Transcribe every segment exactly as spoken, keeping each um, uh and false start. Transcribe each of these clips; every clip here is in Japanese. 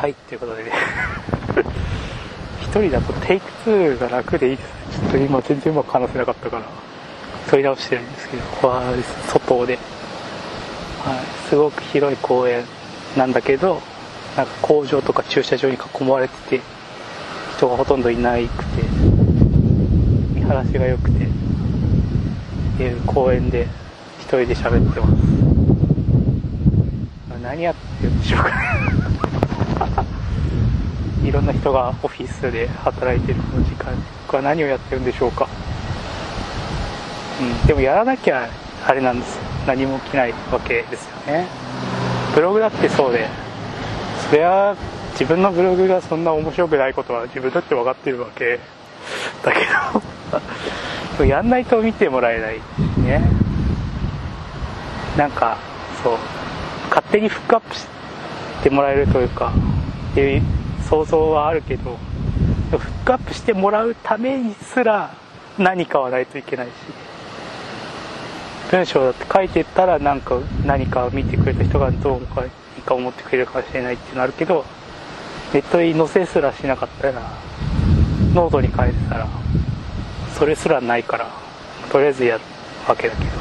はいっていうことでね一人だとテイクツーが楽でいいですね。ちょっと今全然うまく話せなかったから問い直してるんですけど、ここは外で、はい、すごく広い公園なんだけど、なんか工場とか駐車場に囲まれてて人がほとんどいなくて見晴らしが良くていう公園で一人で喋ってます。何やってるんでしょうかねいろんな人がオフィスで働いてるこの時間、僕は何をやってるんでしょうか。うん、でもやらなきゃあれなんですよ、何も起きないわけですよね。ブログだってそうで、それは自分のブログがそんな面白くないことは自分だって分かってるわけだけどやんないと見てもらえないね。なんかそう勝手にフックアップしてもらえるというかっていう想像はあるけど、フックアップしてもらうためにすら何かはないといけないし、文章だって書いてったらなんか何か見てくれた人がどうかいいか思ってくれるかもしれないっていうのあるけど、ネットに載せすらしなかったらノートに書いてたらそれすらないから、とりあえずやるわけだけど、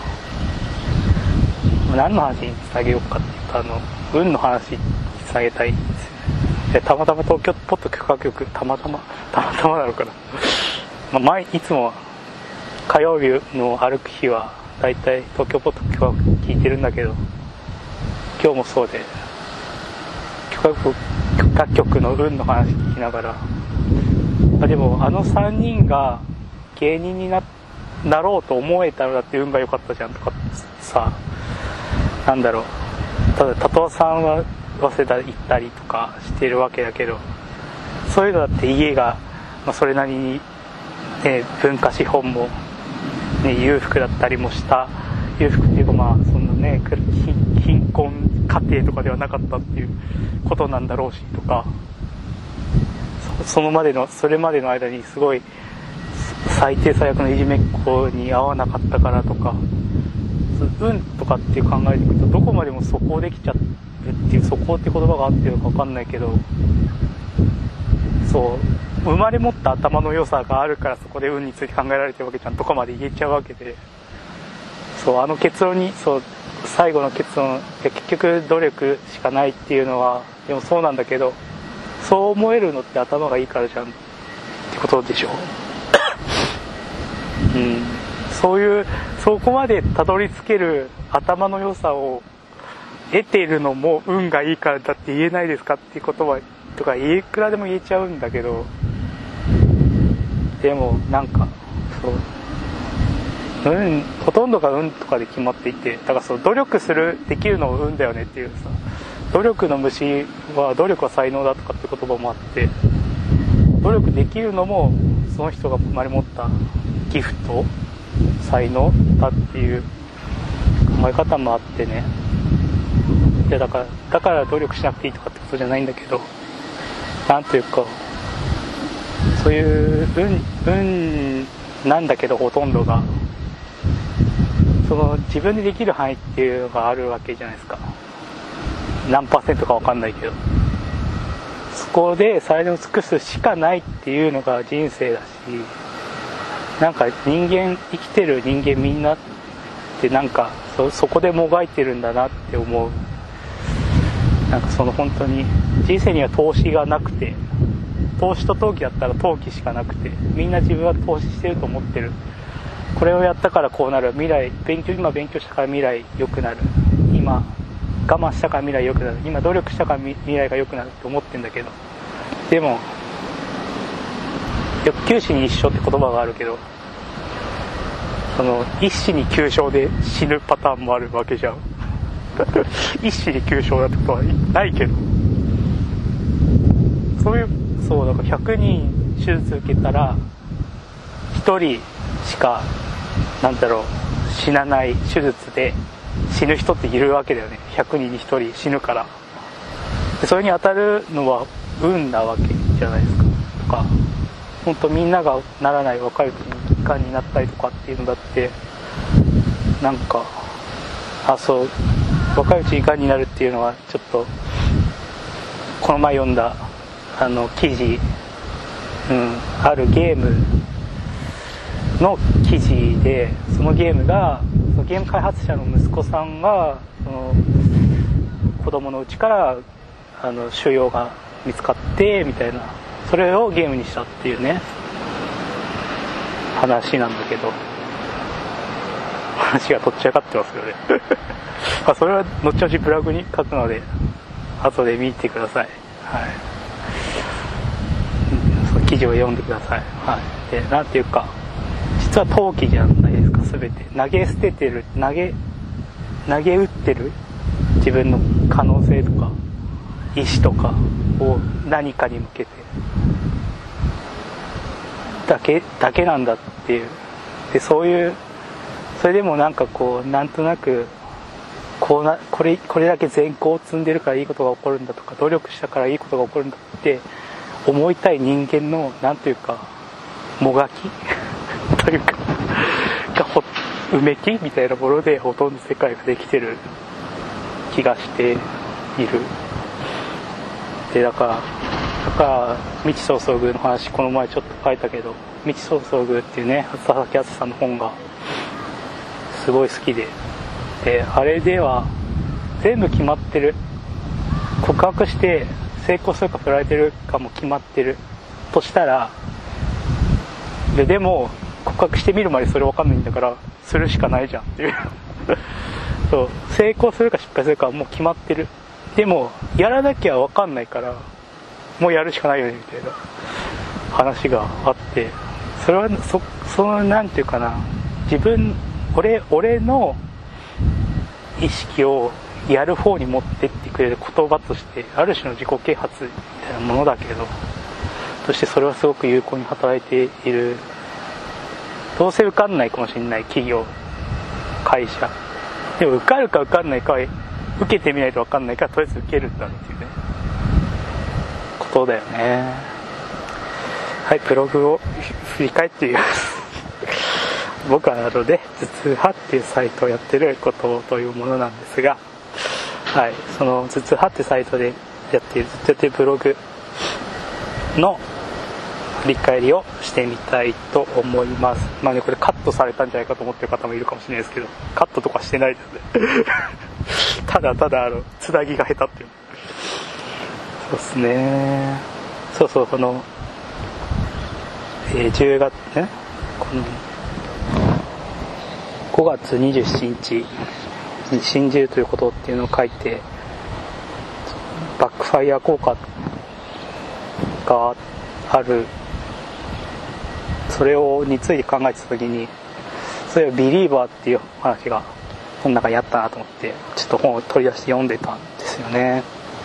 何の話につなげようかっていうと、あの運の話につなげたいんですよね。でたまたま東京ポッド許可局たまたまたまたまなのかなまあ前いつも火曜日の歩く日はだいたい東京ポッド許可局聞いてるんだけど、今日もそうで許可局許可局の運の話聞きながら、あでもあのさんにんが芸人に な, なろうと思えたのだって運が良かったじゃんとかさ、なんだろう、ただ多藤さんは早稲田行ったりとかしてるわけだけど、そういうのだって家が、まあ、それなりに、ね、文化資本も、ね、裕福だったりもした、裕福っていうかまあそんなね貧困家庭とかではなかったっていうことなんだろうしとか、そ, そのまでのそれまでの間にすごい最低最悪のいじめっ子に合わなかったからとか、運とかっていう考えていくとどこまでも素行できちゃうっていう、素行って言葉があってるのか分かんないけど、そう生まれ持った頭の良さがあるからそこで運について考えられてるわけじゃんとかまで言えちゃうわけで、そうあの結論にそう最後の結論で結局努力しかないっていうのはでもそうなんだけど、そう思えるのって頭がいいからじゃんってことでしょうん、そういうそこまでたどり着ける頭の良さを得ているのも運がいいからだって言えないですかっていう言葉とかいくらでも言えちゃうんだけど、でもなんかそう、運ほとんどが運とかで決まっていて、だからそう努力するできるのも運だよねっていうさ、努力の虫は努力は才能だとかって言葉もあって、努力できるのもその人が生まれ持ったギフト才能だっていう考え方もあってね。いやだからだから努力しなくていいとかってことじゃないんだけど、なんというかそういう運運なんだけどほとんどがその自分でできる範囲っていうのがあるわけじゃないですか。何パーセントか分かんないけど、そこで最善を尽くすしかないっていうのが人生だし、なんか人間生きてる人間みんなってなんか そ, そこでもがいてるんだなって思う。なんかその本当に人生には投資がなくて、投資と投機だったら投機しかなくて、みんな自分は投資してると思ってる。これをやったからこうなる、未来勉強今勉強したから未来良くなる、今我慢したから未来良くなる、今努力したから未来が良くなるって思ってんだけど、でも欲求死に一生って言葉があるけど、その一死に急所で死ぬパターンもあるわけじゃん一死に急所だってことはないけど、そういうそうだからひゃくにん手術受けたらひとりしかなんだろう死なない手術で死ぬ人っているわけだよね。ひゃくにんにひとり死ぬから、でそれに当たるのは運なわけじゃないですか。とか本当みんながならない若いうちにがんになったりとかっていうのだって、なんかあそう若いうちにがんになるっていうのはちょっとこの前読んだあの記事、うん、あるゲームの記事で、そのゲームがそのゲーム開発者の息子さんがその子供のうちからあの腫瘍が見つかってみたいな、それをゲームにしたっていうね話なんだけど、話がとっちらかってますよねまあそれは後々ブログに書くので後で見てください。はい、その記事を読んでください。はい、でなんていうか、実は投機じゃないですか。全て投げ捨ててる、投げ投げ打ってる自分の可能性とか意志とかを何かに向けてだけだけなんだっていう。でそういうそれでもなんかこうなんとなくこうなこれこれだけ善行を積んでるからいいことが起こるんだとか、努力したからいいことが起こるんだって思いたい人間のなんというかもがきというかがほうめきみたいなものでほとんど世界ができてる気がしている。でだからだから未知創造宮の話この前ちょっと書いたけど、未知創造宮っていうね佐々木敦さんの本がすごい好きで、であれでは全部決まってる、告白して成功するか振られてるかも決まってるとしたら、ででも告白してみるまでそれ分かんないんだからするしかないじゃんっていうそう成功するか失敗するかはもう決まってる。でもやらなきゃ分かんないからもうやるしかないよねみたいな話があって、それはそそのなんていうかな、自分俺俺の意識をやる方に持ってってくれる言葉としてある種の自己啓発みたいなものだけど、そしてそれはすごく有効に働いている。どうせ受かんないかもしれない企業会社でも受かるか受かんないかは受けてみないと分かんないからとりあえず受けるんだっていうねことだよね。はい、ブログを振り返ってみます僕はなので頭痛派っていうサイトをやってることというものなんですが、はい、その頭痛派ってサイトでやっているずっとやってるブログの振り返りをしてみたいと思います。まあね、これカットされたんじゃないかと思ってる方もいるかもしれないですけど、カットとかしてないですねただただあのつなぎが下手っていう。そうですね。そうそう、この、えー、じゅうがつね、このごがつにじゅうしちにちに信じるということっていうのを書いて、バックファイア効果がある、それをについて考えてた時に、それはビリーバーっていう話がこの中にあったなと思って、ちょっと本を取り出して読んでたんですよね。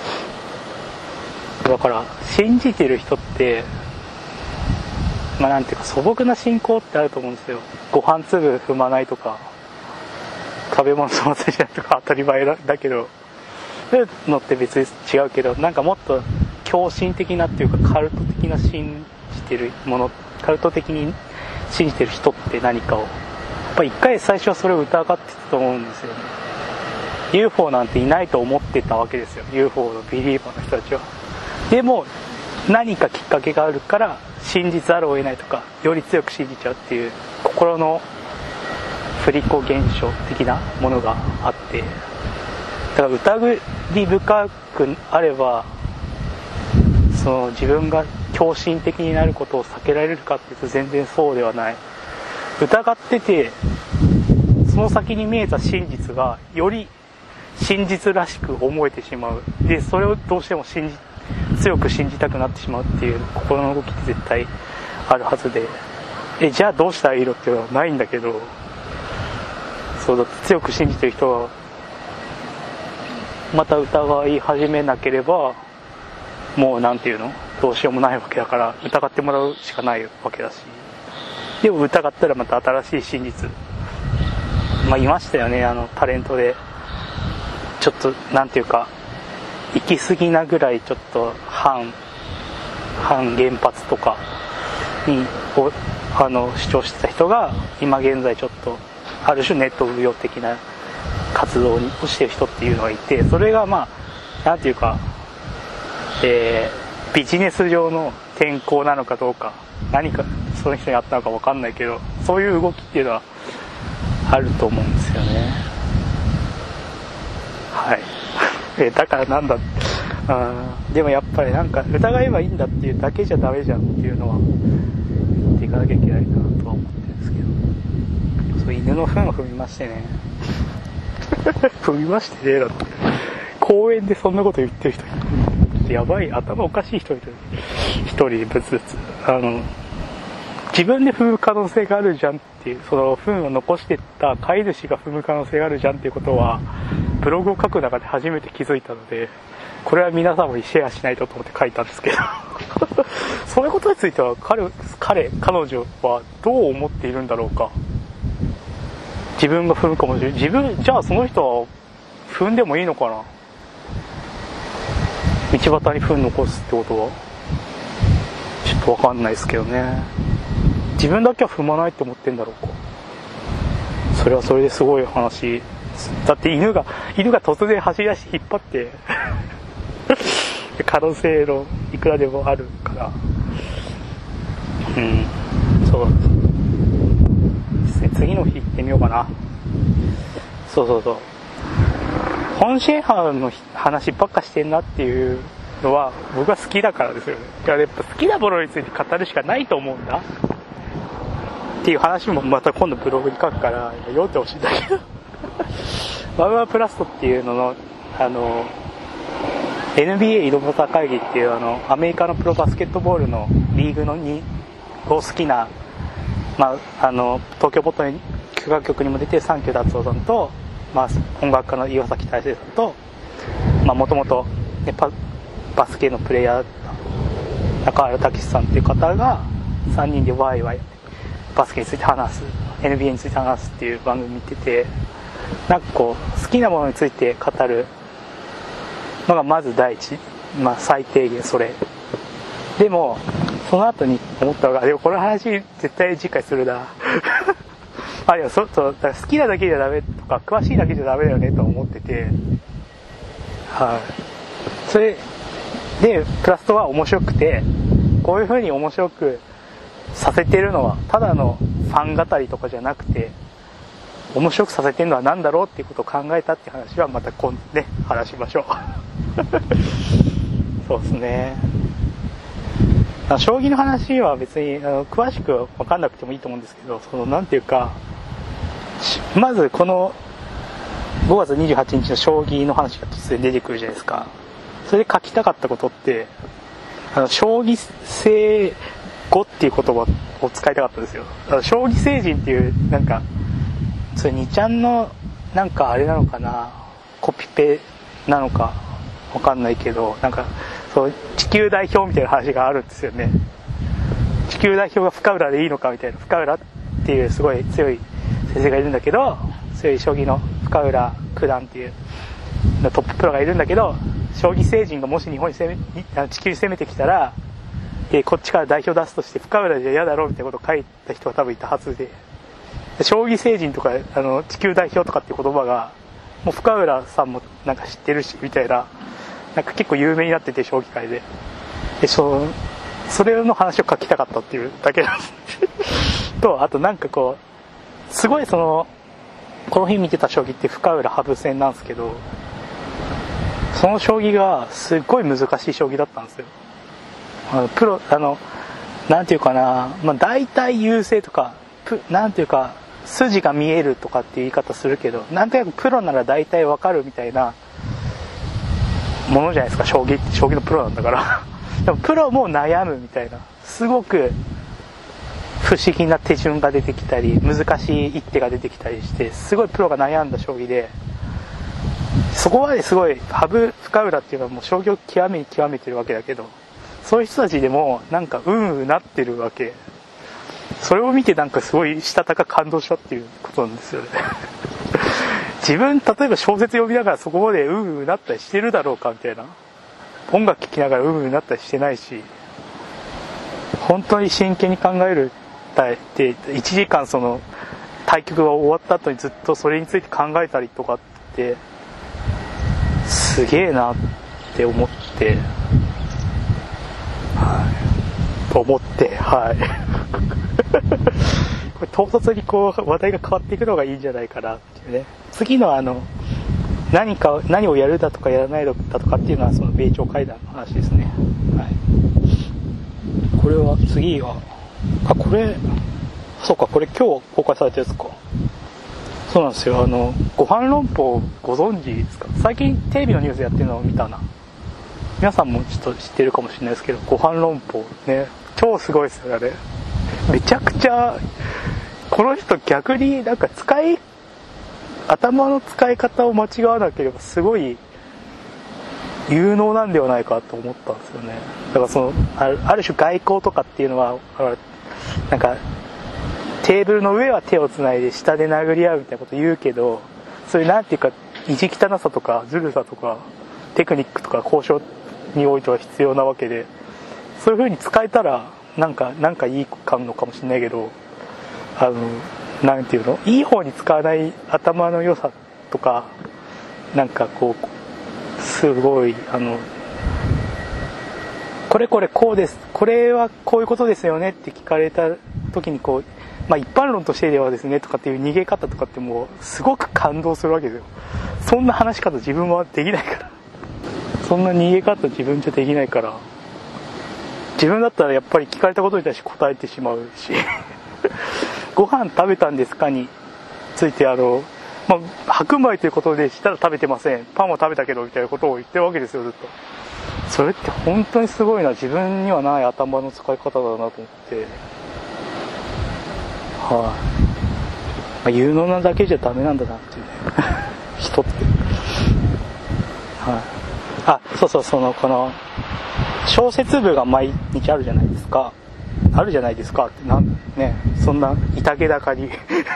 だから信じてる人ってまあなんていうか素朴な信仰ってあると思うんですよ。ご飯粒踏まないとか食べ物粗末じゃないとか当たり前だけど、そういうのって別に違うけど、なんかもっと狂信的なっていうかカルト的な信じてるもの、カルト的に信じてる人って何かをやっぱり一回最初はそれを疑ってたと思うんですよね。 ユーフォー なんていないと思ってたわけですよ、 ユーフォー のビリーバーの人たちは。でも何かきっかけがあるから信じざるを得ないとか、より強く信じちゃうっていう心の振り子現象的なものがあって、だから疑り深くあればその自分が狂信的になることを避けられるかっていうと全然そうではない。疑っててその先に見えた真実がより真実らしく思えてしまう。でそれをどうしても信じ強く信じたくなってしまうっていう心の動きって絶対あるはずで、えじゃあどうしたらいいのっていうのはないんだけど、そうだって強く信じてる人はまた疑い始めなければもうなんていうのどうしようもないわけだから、疑ってもらうしかないわけだし、でも疑ったらまた新しい真実、まあいましたよね、あのタレントでちょっとなんていうか行き過ぎなぐらいちょっと反反原発とかにをあの主張してた人が今現在ちょっとある種ネット無用的な活動をしてる人っていうのがいて、それがまあなんていうかえー、ビジネス上の転向なのかどうか、何かその人にあったのか分かんないけど、そういう動きっていうのはあると思うんですよね。はいえだからなんだって、あでもやっぱりなんか疑えばいいんだっていうだけじゃダメじゃんっていうのは言っていかなきゃいけないなとは思ってるんですけど、そう犬の糞を踏みましてね踏みましてねだって公園でそんなこと言ってる人いる、やばい、頭おかしい人いる、一人ブツブツ、あの自分で踏む可能性があるじゃんっていう、その糞を残してった飼い主が踏む可能性があるじゃんっていうことはブログを書く中で初めて気づいたので、これは皆さんもシェアしないとと思って書いたんですけどそういうことについては彼彼彼女はどう思っているんだろうか。自分が踏むかもしれない、自分じゃあその人は踏んでもいいのかな、道端に糞残すってことはちょっと分かんないですけどね。自分だけは踏まないと思ってんだろうか。それはそれですごい話だって、犬が犬が突然走り出して引っ張って可能性のいくらでもあるから、うんそうですね。次の日行ってみようかな。そうそうそう、本心派の話ばっかしてんなっていうのは僕は好きだからですよね。だからやっぱ好きなものについて語るしかないと思うんだっていう話もまた今度ブログに書くから読んでほしいんだけどワンワンプラストっていうののあの エヌビーエー 井戸端会議っていうあのアメリカのプロバスケットボールのリーグのにを好きな、まあ、あの東京ポットに許可局にも出てる三球達夫さんと、まあ、音楽家の岩崎大成さんともともとバスケのプレイヤー中原武さんっていう方がさんにんでワイワイバスケについて話す エヌビーエー について話すっていう番組見てて、なんかこう好きなものについて語るのがまず第一、まあ最低限それでもその後に思ったのが、でもこの話絶対次回するなあいやそそうだから好きなだけじゃダメとか詳しいだけじゃダメだよねと思ってて、はい、それでプラストは面白くて、こういう風に面白くさせてるのはただのファン語りとかじゃなくて、面白くさせてるのは何だろうっていうことを考えたって話はまた今度ね話しましょうそうですね。将棋の話は別にあの詳しく分かんなくてもいいと思うんですけど、そのなんていうか、まずこのごがつにじゅうはちにちの将棋の話が突然出てくるじゃないですか。それで書きたかったことってあの将棋性語っていう言葉を使いたかったんですよ。将棋星人っていうなんかそれにちゃんのなんかあれなのかな、コピペなのかわかんないけど、なんかそう地球代表みたいな話があるんですよね。地球代表が深浦でいいのかみたいな、深浦っていうすごい強い先生がいるんだけど、強い将棋の深浦九段っていうトッププロがいるんだけど、将棋星人がもし日本に攻め地球に攻めてきたら、えこっちから代表出すとして深浦じゃ嫌だろうみたいなことを書いた人が多分いたはずで、将棋星人とかあの地球代表とかっていう言葉がもう深浦さんもなんか知ってるしみたいな、なんか結構有名になってて将棋界で、でそそれの話を書きたかったっていうだけなんですと、あとなんかこうすごいそのこの日見てた将棋って深浦羽生戦なんですけど、その将棋がすっごい難しい将棋だったんですよ。あのプロあのなんていうかな、まあ大体優勢とかなんていうか筋が見えるとかっていう言い方するけど、なんとなくプロなら大体わかるみたいなものじゃないですか、将棋って将棋のプロなんだからでもプロも悩むみたいな、すごく不思議な手順が出てきたり難しい一手が出てきたりして、すごいプロが悩んだ将棋で、そこまですごい羽生深浦っていうのはもう将棋を極めに極めてるわけだけど、そういう人たちでもなんかうんうんなってるわけ。それを見てなんかすごいしたたか感動したっていうことなんですよね自分例えば小説読みながらそこまでうんうんなったりしてるだろうかみたいな、音楽聴きながらうんうんなったりしてないし、本当に真剣に考えるっていちじかんその対局が終わった後にずっとそれについて考えたりとかってすげえなって思って、 と思って、はいこれ唐突にこう話題が変わっていくのがいいんじゃないかなっていうね。次のあの何か何をやるだとかやらないだとかっていうのはその米朝会談の話ですね。はい。これは次はあこれそうかこれ今日公開されたやつか。そうなんですよ。あのご飯論法ご存知ですか？最近テレビのニュースやってるのを見たな。皆さんもちょっと知ってるかもしれないですけど、ご飯論法ね超すごいですよね。めちゃくちゃこの人逆になんか使い頭の使い方を間違わなければすごい有能なんではないかと思ったんですよね。だからそのある、ある種外交とかっていうのはなんかテーブルの上は手をつないで下で殴り合うみたいなこと言うけど、そういうなんていうか意地汚さとかずるさとかテクニックとか交渉においては必要なわけで、そういう風に使えたらなんかなんかいいかのかもしれないけど、あのなんていうのいい方に使わない頭の良さとかなんかこうすごいあのこれこれこうですこれはこういうことですよねって聞かれた時にこうまあ一般論としてではですねとかっていう逃げ方とかってもうすごく感動するわけですよ。そんな話し方自分はできないからそんな逃げ方自分じゃできないから、自分だったらやっぱり聞かれたことに対して答えてしまうしご飯食べたんですかについてあの、まあ、白米ということでしたら食べてません、パンは食べたけどみたいなことを言ってるわけですよずっと。それって本当にすごいな、自分にはない頭の使い方だなと思って、はい、あ、まあ、有能なだけじゃダメなんだなっていうね人って、はい、あ、そうそう、そのこの小説部が毎日あるじゃないですか。あるじゃないですかってなんね、そんな板気高に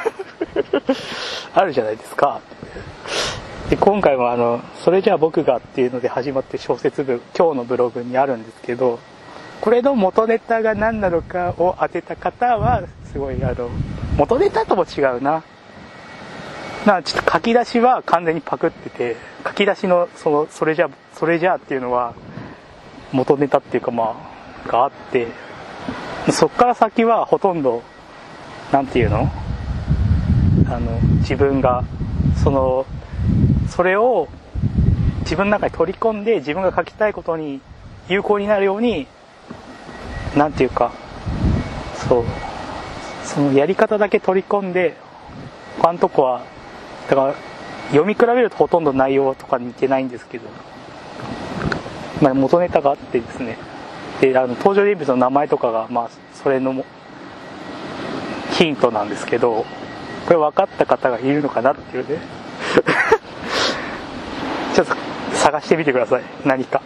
あるじゃないですか。で今回もあのそれじゃあ僕がっていうので始まって小説部今日のブログにあるんですけど、これの元ネタが何なのかを当てた方はすごいあの元ネタとも違うな。なちょっと書き出しは完全にパクってて、書き出しのそのそれじゃそれじゃあっていうのは元ネタっていうかまあがあって、そっから先はほとんどなんていうのあの自分がそのそれを自分の中に取り込んで自分が書きたいことに有効になるようになんていうかそうそのやり方だけ取り込んで、他のとこはだから読み比べるとほとんど内容とか似てないんですけど、まあ、元ネタがあってですね、であの登場人物の名前とかがまあそれのヒントなんですけど、これ分かった方がいるのかなっていうねちょっと探してみてください、何か。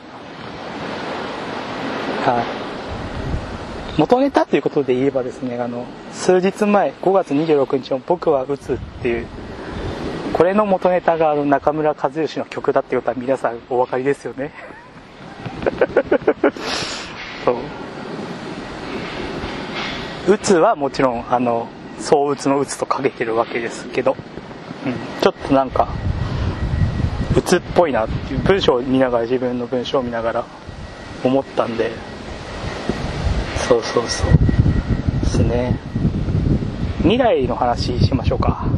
はい、元ネタということで言えばですね、あの数日前ごがつにじゅうろくにちの僕は打つっていうこれの元ネタがあの中村和義の曲だっていうことは皆さんお分かりですよねそう打つはもちろんあのそう打つの打つとかけてるわけですけど、うん、ちょっとなんか打つっぽいなっていう文章を見ながら自分の文章を見ながら思ったんで、そうそうそうですね。未来の話しましょうか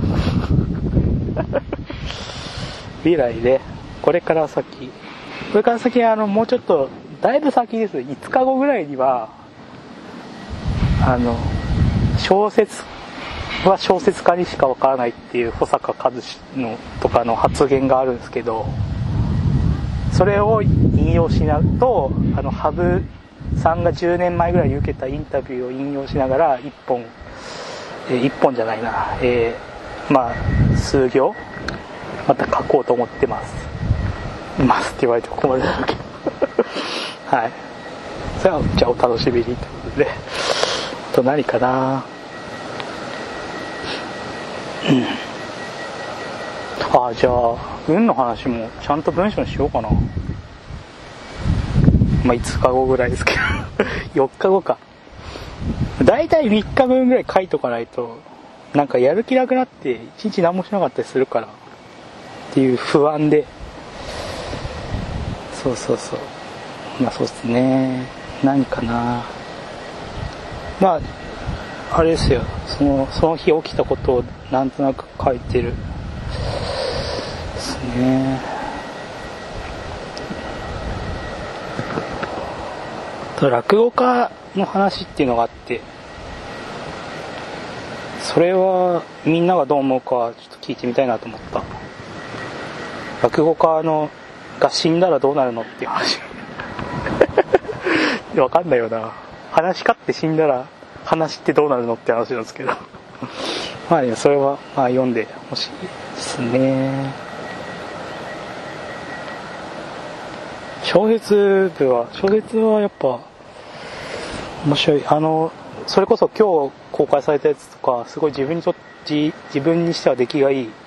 未来でこれから先これから先あのもうちょっとだいぶ先です。いつかごぐらいにはあの小説は小説家にしかわからないっていう保坂和志のとかの発言があるんですけど、それを引用しなとあの羽生さんがじゅうねんまえぐらいに受けたインタビューを引用しながら一本、えー、一本じゃないな、えー、まあ数行また書こうと思ってますますって言われて困るだけはい、それはじゃあお楽しみにということで、あと何かな、うん、あじゃあ運の話もちゃんと文章にしようかな。まあいつかごぐらいですけどよっかごか、だいたいみっかぶんぐらい書いとかないとなんかやる気なくなっていちにち何もしなかったりするからっていう不安で、そうそうそう、まあそうですね、何かな、 まああれですよ、そのその日起きたことをなんとなく書いてるですね。落語家の話っていうのがあって、それはみんながどう思うかちょっと聞いてみたいなと思った。落語家のが死んだらどうなるのっていう話わかんないよな。話し家って死んだら話ってどうなるのって話なんですけどまあね、それはまあ読んでほしいですね。小説部は小説はやっぱ面白い。あのそれこそ今日公開されたやつとかすごい自分にとって自分にしては出来がいい、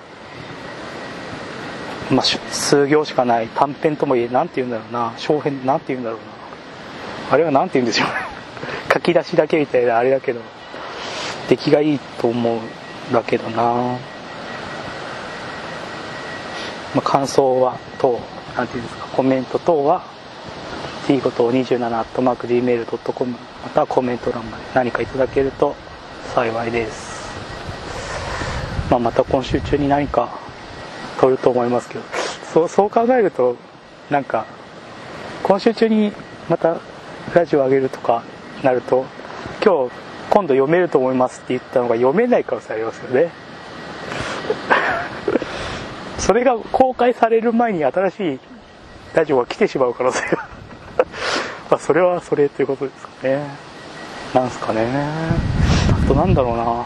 まあ、数行しかない短編とも言え、なんて言うんだろうな、小編なんて言うんだろうな、あれはなんて言うんでしょう書き出しだけみたいなあれだけど出来がいいと思うんだけどな。まあ、感想は等なんていうんですか、コメント等は ティーごとにじゅうななアットマークジーメールドットコム またはコメント欄まで何かいただけると幸いです。まあ、また今週中に何か撮ると思いますけど、そう、そう考えるとなんか今週中にまたラジオ上げるとかなると、今日今度読めると思いますって言ったのが読めない可能性ありますよねそれが公開される前に新しいラジオが来てしまう可能性がまあそれはそれということですかね。なんすかね。あとなんだろうな、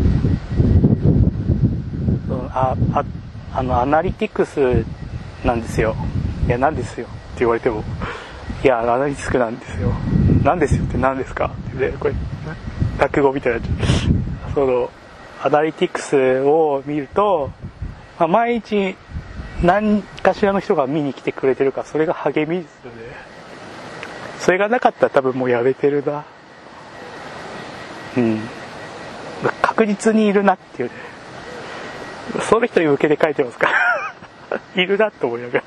あああのアナリティクスなんですよ。いやなんですよって言われても、いやアナリティクスなんですよ。なんですよって何ですかって、ね、これ落語みたいなそのアナリティクスを見ると、まあ、毎日何かしらの人が見に来てくれてるから、それが励みですよね。それがなかったら多分もうやめてるな。うん確実にいるなっていうね、その人に向けて書いてますからいるなって思いながら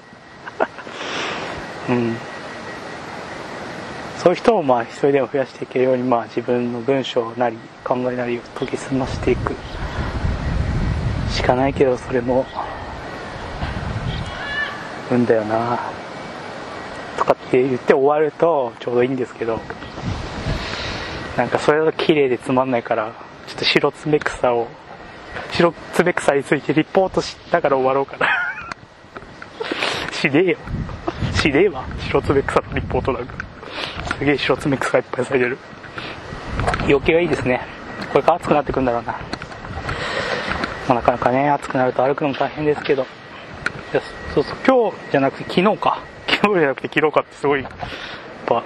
うんそういう人をまあ一人でも増やしていけるように、まあ自分の文章なり考えなりを研ぎ澄ましていくしかないけど、それもうんだよなとかって言って終わるとちょうどいいんですけど、なんかそれだと綺麗でつまんないから、ちょっと白爪草を白爪草についてリポートしながら終わろうかなしねえよしねえわ、白爪草のリポートなんかすげえ白爪草がいっぱい咲いてる。余計はいいですね。これから暑くなってくるんだろうな。まあ、なかなかね暑くなると歩くのも大変ですけど、いやそうそう今日じゃなくて昨日か昨日じゃなくて昨日かってすごいやっぱ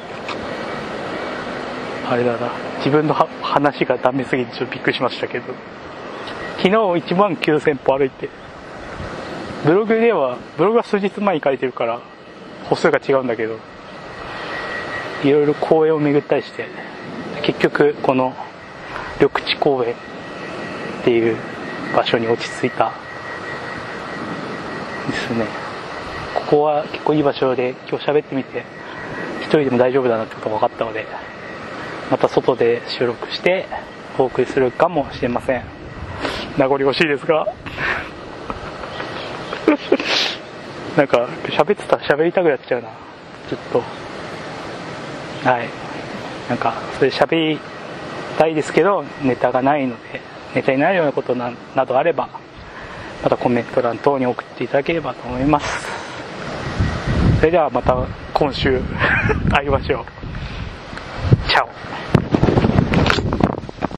あれだな、自分の話がダメすぎてちょっとびっくりしましたけど、昨日いちまんきゅうせん歩歩いて、ブログではブログは数日前に書いてるから歩数が違うんだけど、いろいろ公園を巡ったりして結局この緑地公園っていう場所に落ち着いたですね。ここは結構いい場所で今日喋ってみて一人でも大丈夫だなってことが分かったので、また外で収録してお送りするかもしれません。名残惜しいですがなんか喋ってたら喋りたくなっちゃうなちょっと。はい、なんかそれ喋りたいですけどネタがないので、ネタになるようなことななどあればまたコメント欄等に送っていただければと思います。それではまた今週会いましょう。チャオ。